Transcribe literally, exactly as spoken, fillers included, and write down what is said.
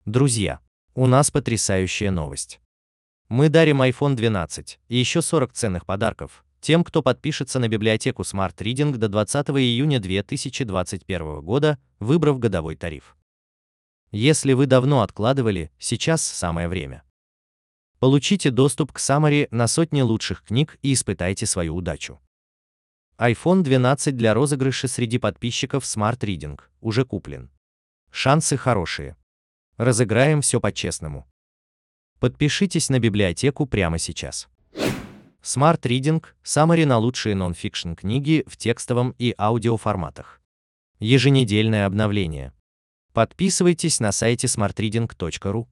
Друзья, у нас потрясающая новость. Мы дарим айфон двенадцать и еще сорок ценных подарков тем, кто подпишется на библиотеку Smart Reading до двадцатого июня две тысячи двадцать первого года, выбрав годовой тариф. Если вы давно откладывали, сейчас самое время. Получите доступ к Summary на сотни лучших книг и испытайте свою удачу. айфон двенадцать для розыгрыша среди подписчиков Smart Reading уже куплен. Шансы хорошие. Разыграем все по-честному. Подпишитесь на библиотеку прямо сейчас. Smart Reading – Summary на лучшие нон-фикшн книги в текстовом и аудиоформатах. Еженедельное обновление. Подписывайтесь на сайте смарт ридинг точка ру.